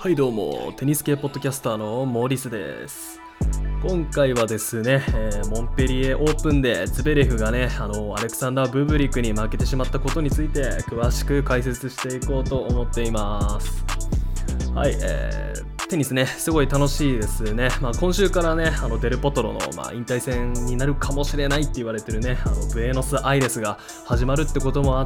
はいどうも、テニス系ポッドキャスターのモーリスです。今回はですね、モンペリエオープンでズベレフがね、アレクサンダー・ブブリックに負けてしまったことについて詳しく解説していこうと思っています。はい、テニスね、すごい楽しいですね。今週からね、デルポトロの、引退戦になるかもしれないって言われてるね、ブエノスアイレスが始まるってこともあって、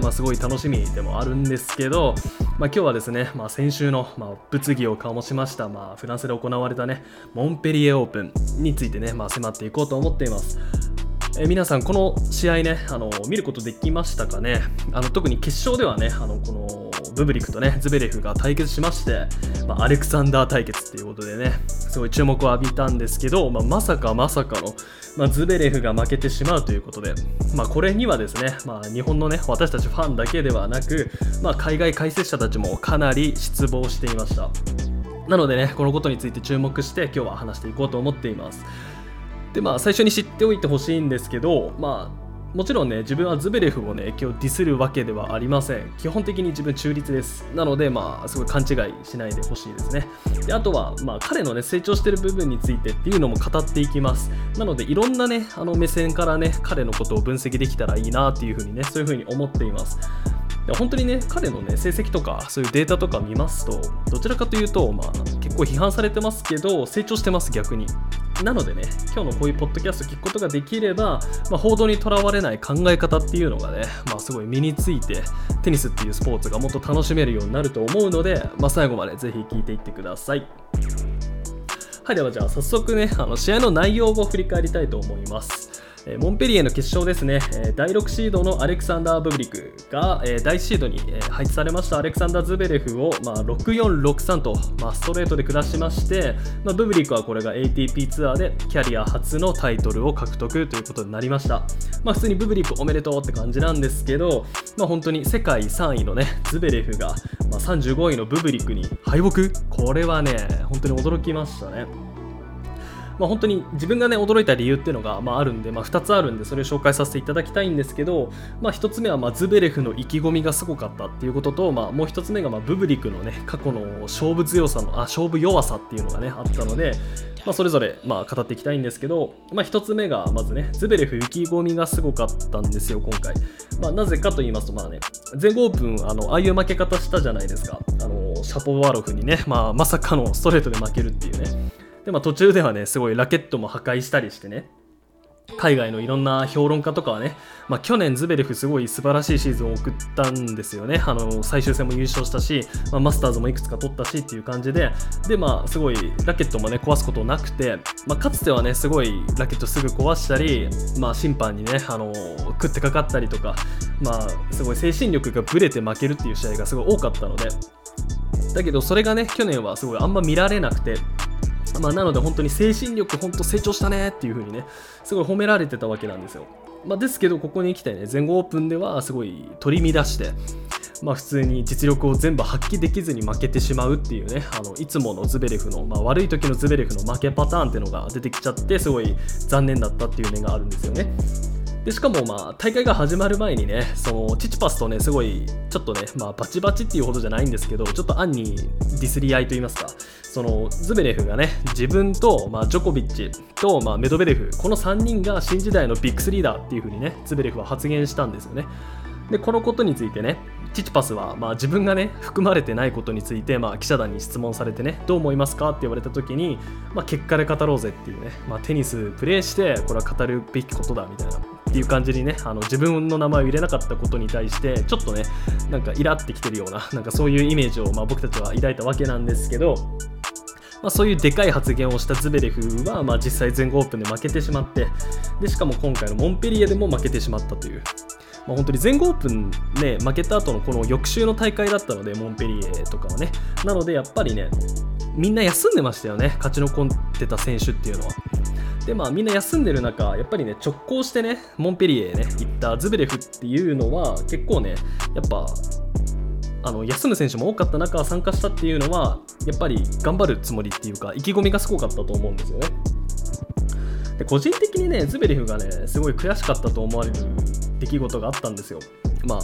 すごい楽しみでもあるんですけど、今日はですね、先週の、物議を醸しました、フランスで行われたね、モンペリエオープンについてね、迫っていこうと思っています。皆さんこの試合ね、見ることできましたかね。特に決勝ではね、このブブリックとねズベレフが対決しまして、アレクサンダー対決っていうことでね、すごい注目を浴びたんですけど、まさかの、ズベレフが負けてしまうということで、これにはですね、日本のね私たちファンだけではなく、海外解説者たちもかなり失望していました。なのでね、このことについて注目して今日は話していこうと思っています。で最初に知っておいてほしいんですけど、もちろんね、自分はズベレフをね今日ディスるわけではありません。基本的に自分中立です。なので、すごい勘違いしないでほしいですね。であとは、彼のね成長している部分についてっていうのも語っていきます。なのでいろんなね目線からね彼のことを分析できたらいいなっていうふうにね、そういうふうに思っています。本当にね、彼のね成績とかそういうデータとか見ますと、どちらかというと、結構批判されてますけど成長してます、逆に。なのでね、今日のこういうポッドキャスト聞くことができれば、報道にとらわれない考え方っていうのがね、すごい身について、テニスっていうスポーツがもっと楽しめるようになると思うので、最後までぜひ聞いていってください。はい、ではじゃあ早速ね、試合の内容を振り返りたいと思います。モンペリエの決勝ですね。第6シードのアレクサンダー・ブブリックが第1シードに配置されましたアレクサンダー・ズベレフを 6-4、6-3 とストレートで下しまして、ブブリックはこれが ATP ツアーでキャリア初のタイトルを獲得ということになりました。普通にブブリックおめでとうって感じなんですけど、本当に世界3位のねズベレフが35位のブブリックに敗北、これはね本当に驚きましたね。本当に自分がね驚いた理由っていうのがあるんで、2つあるんでそれを紹介させていただきたいんですけど、1つ目はズベレフの意気込みがすごかったっていうことと、もう1つ目がブブリックのね過去の勝負弱さっていうのがねあったので、それぞれ語っていきたいんですけど、1つ目がまずねズベレフ意気込みがすごかったんですよ今回。なぜかと言いますと、全豪オープンああいう負け方したじゃないですか。シャポワロフにね、まさかのストレートで負けるっていうね。で途中ではねすごいラケットも破壊したりしてね、海外のいろんな評論家とかはね、去年ズベレフすごい素晴らしいシーズンを送ったんですよね。最終戦も優勝したし、マスターズもいくつか取ったしっていう感じで、すごいラケットもね壊すことなくて、かつてはねすごいラケットすぐ壊したり、審判にね食ってかかったりとか、すごい精神力がブレて負けるっていう試合がすごい多かったので、だけどそれがね去年はすごいあんま見られなくて、なので本当に精神力本当成長したねっていう風にねすごい褒められてたわけなんですよ。ですけどここに来てね全豪オープンではすごい取り乱して、普通に実力を全部発揮できずに負けてしまうっていうね、いつものズベレフの、悪い時のズベレフの負けパターンっていうのが出てきちゃって、すごい残念だったっていう面があるんですよね。でしかも大会が始まる前にね、そのチチパスとねすごいちょっとねバチバチっていうほどじゃないんですけど、ちょっと暗にディスり合いと言いますか、そのズベレフがね自分と、ジョコビッチと、メドベレフ、この3人が新時代のビッグスリーダーっていう風にねズベレフは発言したんですよね。でこのことについてねチチパスは、自分がね含まれてないことについて、記者団に質問されてね、どう思いますかって言われた時に、結果で語ろうぜっていうね、テニスプレーしてこれは語るべきことだみたいなっていう感じにね、自分の名前を入れなかったことに対してちょっとねなんかイラってきてるような、そういうイメージを僕たちは抱いたわけなんですけど、そういうでかい発言をしたズベレフは、実際全豪オープンで負けてしまって、でしかも今回のモンペリエでも負けてしまったという、本当に全豪オープンね負けた後のこの翌週の大会だったので、モンペリエとかはね、なのでやっぱりねみんな休んでましたよね、勝ち残ってた選手っていうのは。でみんな休んでる中、やっぱりね直行してねモンペリエね行ったズベレフっていうのは結構ねやっぱ休む選手も多かった中参加したっていうのはやっぱり頑張るつもりっていうか意気込みがすごかったと思うんですよね。で個人的にねズベレフがねすごい悔しかったと思われる出来事があったんですよ。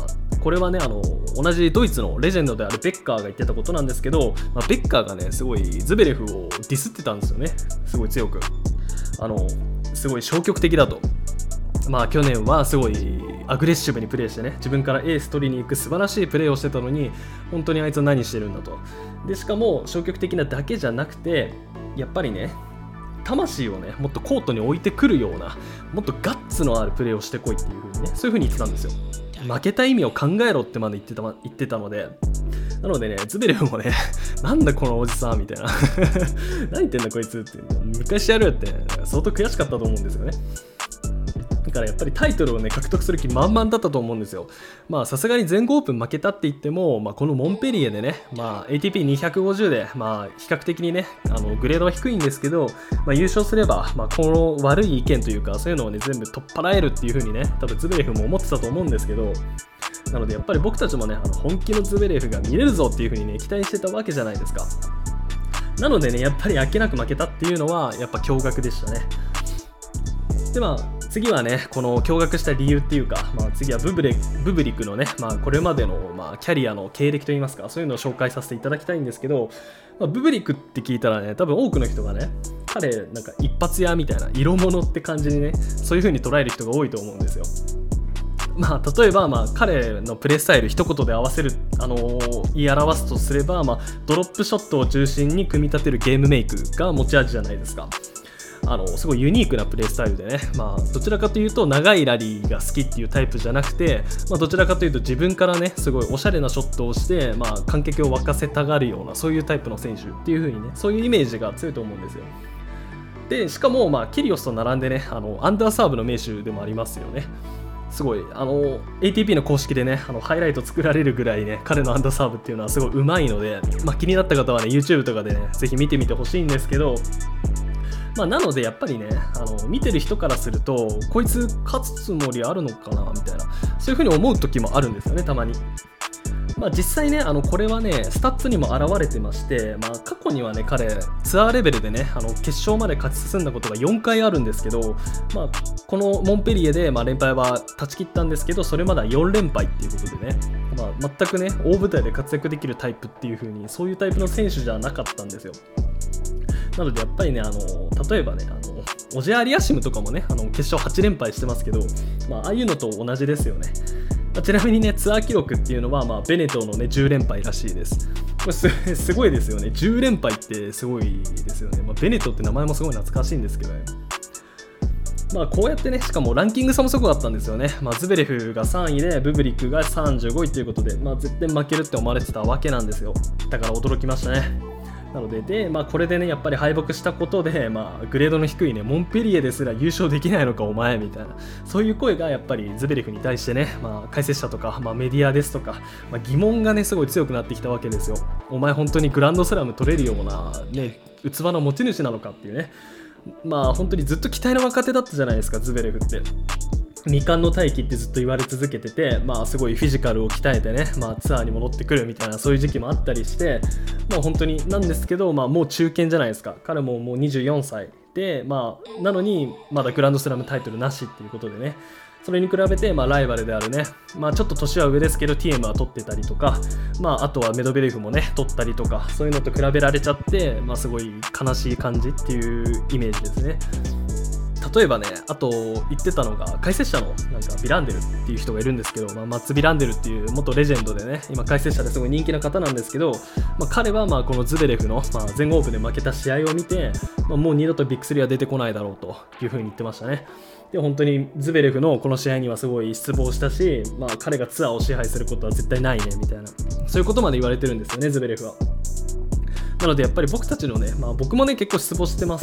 これはね同じドイツのレジェンドであるベッカーが言ってたことなんですけど、ベッカーがねすごいズベレフをディスってたんですよね。すごい強くすごい消極的だと。去年はすごいアグレッシブにプレーしてね、自分からエース取りに行く素晴らしいプレーをしてたのに、本当にあいつは何してるんだと。でしかも消極的なだけじゃなくて、やっぱりね魂をねもっとコートに置いてくるような、もっとガッツのあるプレーをしてこいっていう風にね、そういう風に言ってたんですよ。負けた意味を考えろってまで言ってたので、なのでね、ズベレフもね、なんだこのおじさんみたいな何言ってんだこいつって、昔やるよって、相当悔しかったと思うんですよね。だからやっぱりタイトルをね獲得する気満々だったと思うんですよ。さすがに全豪オープン負けたって言っても、このモンペリエでね、ATP250 で比較的にねグレードは低いんですけど、優勝すれば、この悪い意見というかそういうのをね全部取っ払えるっていう風にね、多分ズベレフも思ってたと思うんですけど、なのでやっぱり僕たちもね本気のズベレフが見れるぞっていう風にね期待してたわけじゃないですか。なのでね、やっぱりあっけなく負けたっていうのはやっぱ驚愕でしたね。で次はね、この驚愕した理由っていうか、次はブブリクのね、これまでの、キャリアの経歴といいますか、そういうのを紹介させていただきたいんですけど、ブブリクって聞いたらね、多分多くの人がね、彼なんか一発屋みたいな色物って感じにね、そういう風に捉える人が多いと思うんですよ。例えば、彼のプレースタイル一言で合わせる、言い表すとすれば、ドロップショットを中心に組み立てるゲームメイクが持ち味じゃないですか。すごいユニークなプレースタイルでね、どちらかというと長いラリーが好きっていうタイプじゃなくて、どちらかというと自分からねすごいおしゃれなショットをして、観客を沸かせたがるような、そういうタイプの選手っていう風にね、そういうイメージが強いと思うんですよ。でしかもキリオスと並んでねアンダーサーブの名手でもありますよね。すごいATP の公式でねハイライト作られるぐらいね、彼のアンダーサーブっていうのはすごい上手いので、気になった方はね YouTube とかでねぜひ見てみてほしいんですけど、なのでやっぱりね見てる人からすると、こいつ勝つつもりあるのかなみたいな、そういう風に思う時もあるんですよね、たまに。実際ねこれはねスタッツにも現れてまして、過去にはね彼ツアーレベルでね決勝まで勝ち進んだことが4回あるんですけど、このモンペリエで、連敗は断ち切ったんですけど、それまでは4連敗っていうことでね、全くね大舞台で活躍できるタイプっていう風に、そういうタイプの選手じゃなかったんですよ。なのでやっぱりね例えばねオジェアリアシムとかもね決勝8連敗してますけど、ああいうのと同じですよね。ちなみにねツアー記録っていうのは、ベネトのね10連敗らしいです。これすごいですよね。10連敗ってすごいですよね。ベネトって名前もすごい懐かしいんですけどね。こうやってね、しかもランキング差もすごかったんですよね。ズベレフが3位でブブリックが35位ということで、絶対負けるって思われてたわけなんですよ。だから驚きましたね。なので、これでねやっぱり敗北したことで、グレードの低いねモンペリエですら優勝できないのかお前みたいな、そういう声がやっぱりズベレフに対してね、解説者とか、メディアですとか、疑問がねすごい強くなってきたわけですよ。お前本当にグランドスラム取れるようなね器の持ち主なのかっていうね、本当にずっと期待の若手だったじゃないですか、ズベレフって。未完の大器ってずっと言われ続けてて、すごいフィジカルを鍛えてね、ツアーに戻ってくるみたいな、そういう時期もあったりして、本当になんですけど、もう中堅じゃないですか。彼ももう24歳で、なのにまだグランドスラムタイトルなしっていうことでね、それに比べて、ライバルであるね、ちょっと年は上ですけど TM は取ってたりとか、あとはメドベレフもね取ったりとか、そういうのと比べられちゃって、すごい悲しい感じっていうイメージですね。例えばね、あと言ってたのが解説者のビランデルっていう人がいるんですけど、マッツ・ビランデルっていう元レジェンドでね、今解説者ですごい人気な方なんですけど、彼はこのズベレフの、全豪オープンで負けた試合を見て、もう二度とビッグ3は出てこないだろうというふうに言ってましたね。で本当にズベレフのこの試合にはすごい失望したし、彼がツアーを支配することは絶対ないねみたいな、そういうことまで言われてるんですよね、ズベレフは。なのでやっぱり僕たちのね、僕もね結構失望してます。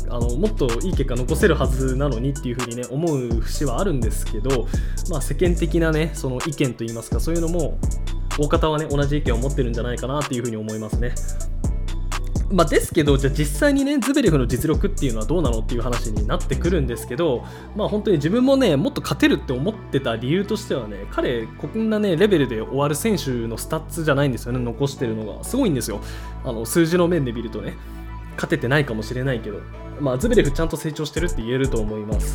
もっといい結果残せるはずなのにっていう風にね思う節はあるんですけど、世間的なねその意見といいますか、そういうのも大方はね同じ意見を持ってるんじゃないかなっていう風に思いますね。ですけど、じゃあ実際にねズベレフの実力っていうのはどうなのっていう話になってくるんですけど、本当に自分もねもっと勝てるって思ってた理由としてはね、彼こんなねレベルで終わる選手のスタッツじゃないんですよね。残してるのがすごいんですよ。数字の面で見るとね勝ててないかもしれないけど、ズベレフちゃんと成長してるって言えると思います。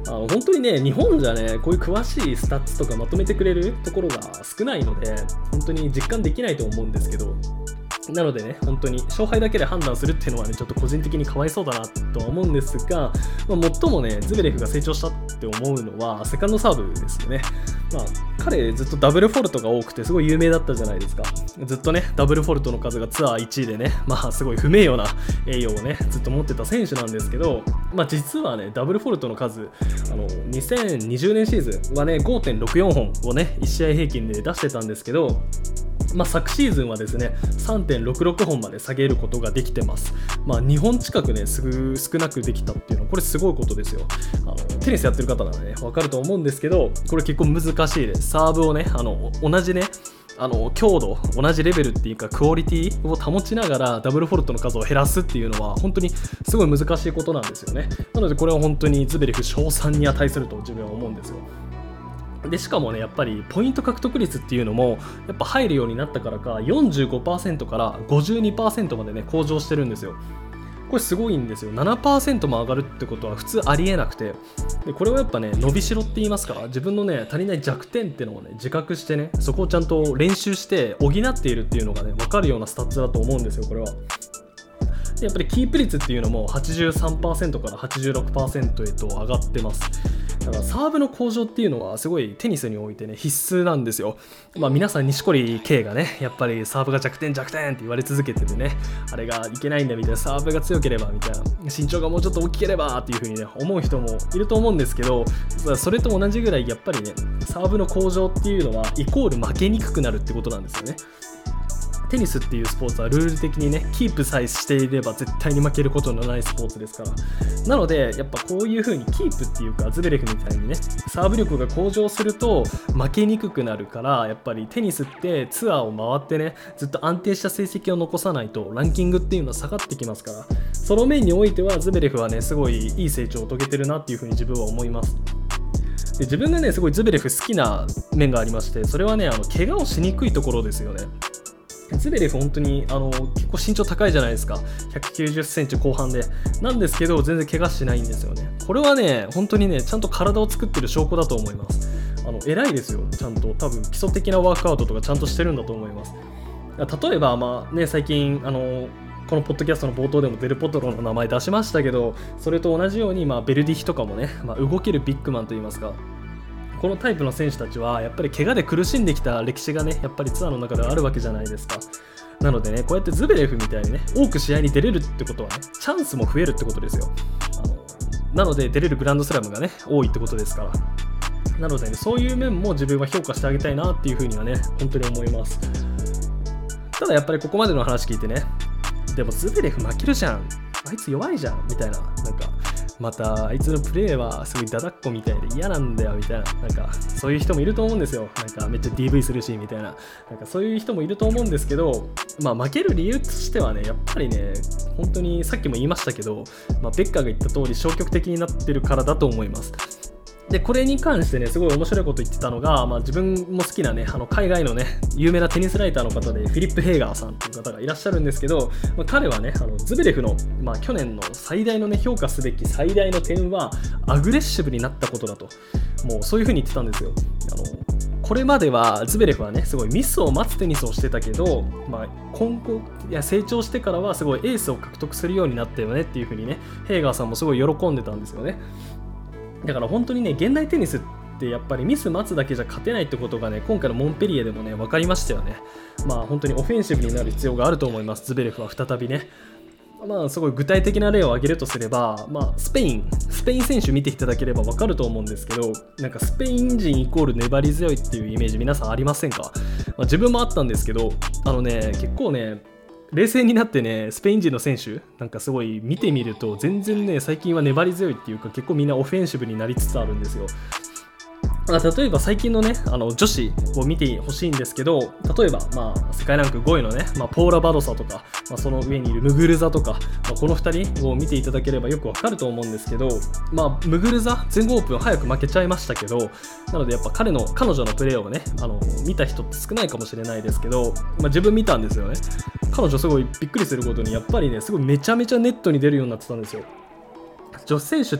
本当にね、日本じゃね、こういう詳しいスタッツとかまとめてくれるところが少ないので、本当に実感できないと思うんですけど、なのでね、本当に勝敗だけで判断するっていうのはね、ちょっと個人的にかわいそうだなとは思うんですが、最もね、ズベレフが成長したって思うのは、セカンドサーブですよね。彼ずっとダブルフォルトが多くてすごい有名だったじゃないですか。ずっとね、ダブルフォルトの数がツアー1位でね、すごい不名誉な栄誉をね、ずっと持ってた選手なんですけど、実はね、ダブルフォルトの数、2020年シーズンはね、5.64 本をね、1試合平均で出してたんですけど、昨シーズンはですね 3.66 本まで下げることができてます。2本近くね少なくできたっていうのはこれすごいことですよ。テニスやってる方ならね分かると思うんですけど、これ結構難しいです。サーブをね同じね強度同じレベルっていうかクオリティを保ちながらダブルフォルトの数を減らすっていうのは本当にすごい難しいことなんですよね。なのでこれは本当にズベレフ称賛に値すると自分は思うんですよ。でしかもね、やっぱりポイント獲得率っていうのもやっぱ入るようになったからか 45% から 52% までね向上してるんですよ。これすごいんですよ。 7% も上がるってことは普通ありえなくて、でこれはやっぱね伸びしろって言いますか、自分のね足りない弱点っていうのをね自覚してね、そこをちゃんと練習して補っているっていうのがね分かるようなスタッツだと思うんですよ。これはでやっぱりキープ率っていうのも 83% から 86% へと上がってます。だからサーブの向上っていうのはすごいテニスにおいてね必須なんですよ。皆さん錦織圭がねやっぱりサーブが弱点って言われ続けててね、あれがいけないんだみたいな、サーブが強ければみたいな、身長がもうちょっと大きければっていう風にね思う人もいると思うんですけど、それと同じぐらいやっぱりねサーブの向上っていうのはイコール負けにくくなるってことなんですよね。テニスっていうスポーツはルール的にねキープさえしていれば絶対に負けることのないスポーツですから、なのでやっぱこういう風にキープっていうかズベレフみたいにねサーブ力が向上すると負けにくくなるから、やっぱりテニスってツアーを回ってねずっと安定した成績を残さないとランキングっていうのは下がってきますから、その面においてはズベレフはねすごいいい成長を遂げてるなっていう風に自分は思います。で自分がねすごいズベレフ好きな面がありまして、それはね怪我をしにくいところですよね。ズベレフ本当に結構身長高いじゃないですか。190センチ後半でなんですけど全然怪我しないんですよね。これはね本当にねちゃんと体を作ってる証拠だと思います。偉いですよ。ちゃんと多分基礎的なワークアウトとかちゃんとしてるんだと思います。例えば最近このポッドキャストの冒頭でもデルポトロの名前出しましたけど、それと同じようにベルディヒとかもね、動けるビッグマンといいますか、このタイプの選手たちはやっぱり怪我で苦しんできた歴史がねやっぱりツアーの中ではあるわけじゃないですか。なのでねこうやってズベレフみたいにね多く試合に出れるってことはねチャンスも増えるってことですよ。なので出れるグランドスラムがね多いってことですから、なのでねそういう面も自分は評価してあげたいなっていうふうにはね本当に思います。ただやっぱりここまでの話聞いてね、でもズベレフ負けるじゃん、あいつ弱いじゃんみたいな、またあいつのプレーはすごいダダっ子みたいで嫌なんだよみたいな、そういう人もいると思うんですよ。めっちゃ DV するしみたいな、そういう人もいると思うんですけど、負ける理由としてはねやっぱりね本当にさっきも言いましたけど、ベッカーが言った通り消極的になってるからだと思います。でこれに関してねすごい面白いこと言ってたのが、自分も好きなね海外のね有名なテニスライターの方でフィリップ・ヘイガーさんという方がいらっしゃるんですけど、彼はねズベレフの、去年の最大のね評価すべき最大の点はアグレッシブになったことだと、もうそういう風に言ってたんですよ。これまではズベレフはねすごいミスを待つテニスをしてたけど、今後成長してからはすごいエースを獲得するようになったよねっていう風にねヘイガーさんもすごい喜んでたんですよね。だから本当にね現代テニスってやっぱりミス待つだけじゃ勝てないってことがね今回のモンペリエでもね分かりましたよね。本当にオフェンシブになる必要があると思います。ズベレフは再びねすごい具体的な例を挙げるとすれば、スペイン選手見ていただければ分かると思うんですけど、スペイン人イコール粘り強いっていうイメージ皆さんありませんか？自分もあったんですけど結構ね冷静になってねスペイン人の選手すごい見てみると全然ね最近は粘り強いっていうか結構みんなオフェンシブになりつつあるんですよ。例えば最近のね女子を見てほしいんですけど、例えば世界ランク5位のね、ポーラ・バドサとか、その上にいるムグルザとか、この2人を見ていただければよくわかると思うんですけど、ムグルザ全豪オープン早く負けちゃいましたけど、なのでやっぱ彼女のプレーをね見た人って少ないかもしれないですけど、自分見たんですよね。彼女すごいびっくりすることにやっぱりねすごいめちゃめちゃネットに出るようになってたんですよ。女子選手っ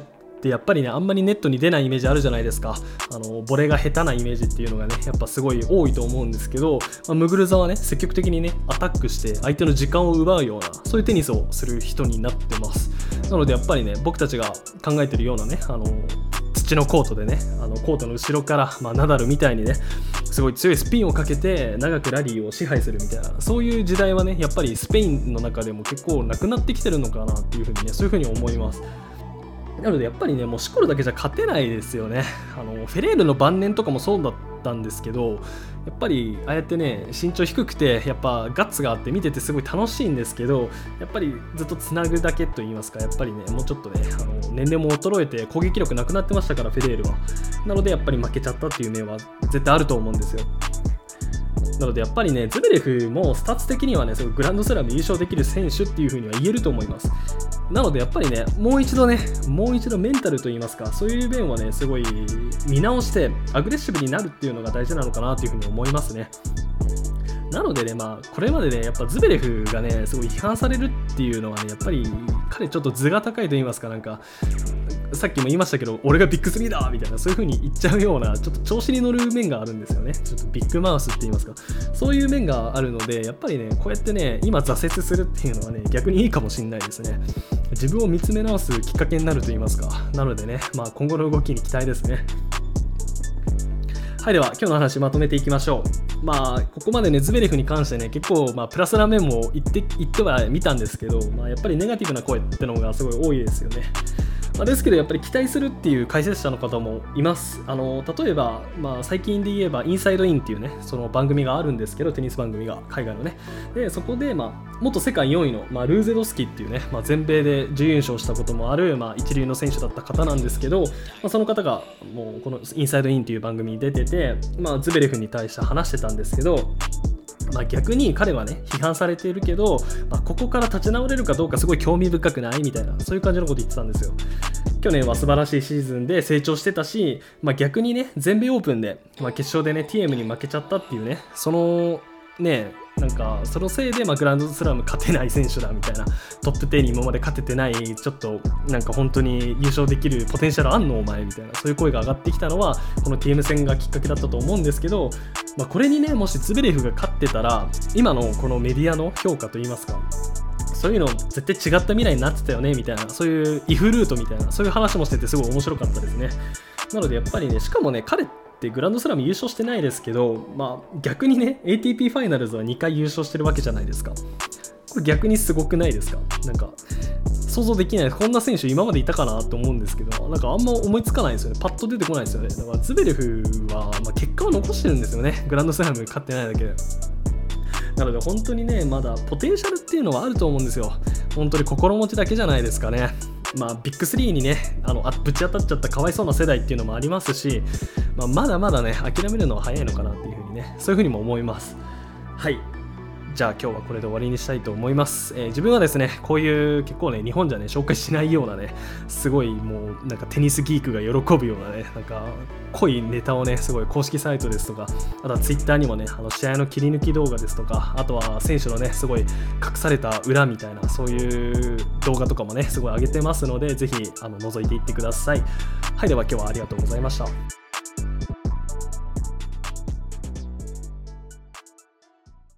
ってやっぱりねあんまりネットに出ないイメージあるじゃないですか。ボレーが下手なイメージっていうのがねやっぱすごい多いと思うんですけど、ムグルザはね積極的にねアタックして相手の時間を奪うようなそういうテニスをする人になってます。なのでやっぱりね僕たちが考えてるようなね土のコートでねコートの後ろから、ナダルみたいにねすごい強いスピンをかけて長くラリーを支配するみたいなそういう時代はねやっぱりスペインの中でも結構なくなってきてるのかなっていうふうにねそういうふうに思います。なのでやっぱりねもうシコルだけじゃ勝てないですよね。フェレールの晩年とかもそうだったんですけど、やっぱりああやってね身長低くてやっぱガッツがあって見ててすごい楽しいんですけど、やっぱりずっとつなぐだけと言いますか、やっぱりねもうちょっとね年齢も衰えて攻撃力なくなってましたからフェレールは。なのでやっぱり負けちゃったっていう面は絶対あると思うんですよ。なのでやっぱりねズベレフもスタッツ的にはねグランドスラム優勝できる選手っていう風には言えると思います。なのでやっぱりねもう一度メンタルといいますかそういう面はねすごい見直してアグレッシブになるっていうのが大事なのかなという風に思いますね。なのでねこれまでねやっぱズベレフがねすごい批判されるっていうのはねやっぱり彼ちょっと図が高いと言いますか、なんかさっきも言いましたけど俺がビッグスリーだみたいなそういう風に言っちゃうようなちょっと調子に乗る面があるんですよね。ちょっとビッグマウスって言いますかそういう面があるのでやっぱりねこうやってね今挫折するっていうのはね逆にいいかもしれないですね。自分を見つめ直すきっかけになると言いますか。なのでね今後の動きに期待ですね。はい、では今日の話まとめていきましょう。ここまでねズベレフに関してね結構プラスな面も言ってはみたんですけど、やっぱりネガティブな声ってのがすごい多いですよね。ですけどやっぱり期待するっていう解説者の方もいます。例えば、最近で言えばインサイドインっていうねその番組があるんですけど、テニス番組が海外のねでそこで、元世界4位の、ルーゼドスキっていうね、全米で準優勝したこともある、一流の選手だった方なんですけど、その方がもうこのインサイドインっていう番組に出てて、ズベレフに対して話してたんですけど、逆に彼はね批判されているけど、ここから立ち直れるかどうかすごい興味深くないみたいなそういう感じのこと言ってたんですよ。去年は素晴らしいシーズンで成長してたし、逆にね全米オープンで、決勝でね TM に負けちゃったっていうねそのせいでグランドスラム勝てない選手だみたいな、トップ10に今まで勝ててない、ちょっと本当に優勝できるポテンシャルあんのお前みたいなそういう声が上がってきたのはこの TM 戦がきっかけだったと思うんですけど、これにねもしズベレフが勝ってたら今のこのメディアの評価といいますかそういうの絶対違った未来になってたよねみたいなそういうイフルートみたいなそういう話もしててすごい面白かったですね。なのでやっぱりねしかもね彼ってグランドスラム優勝してないですけど、逆にね ATP ファイナルズは2回優勝してるわけじゃないですか。これ逆にすごくないですか。想像できない、こんな選手今までいたかなと思うんですけど、あんま思いつかないですよね。パッと出てこないですよね。だからズベレフは、結果を残してるんですよね。グランドスラム勝ってないだけで。なので本当にねまだポテンシャルっていうのはあると思うんですよ。本当に心持ちだけじゃないですかね。ビッグ3にねぶち当たっちゃったかわいそうな世代っていうのもありますし、まだまだね諦めるのは早いのかなっていうふうにねそういうふうにも思います。はい、じゃあ今日はこれで終わりにしたいと思います。自分はですねこういう結構ね日本じゃね紹介しないようなねすごいもうテニスギークが喜ぶようなね濃いネタをねすごい公式サイトですとか、あとはツイッターにもね試合の切り抜き動画ですとか、あとは選手のねすごい隠された裏みたいなそういう動画とかもねすごい上げてますのでぜひ覗いていってください。はい、では今日はありがとうございました。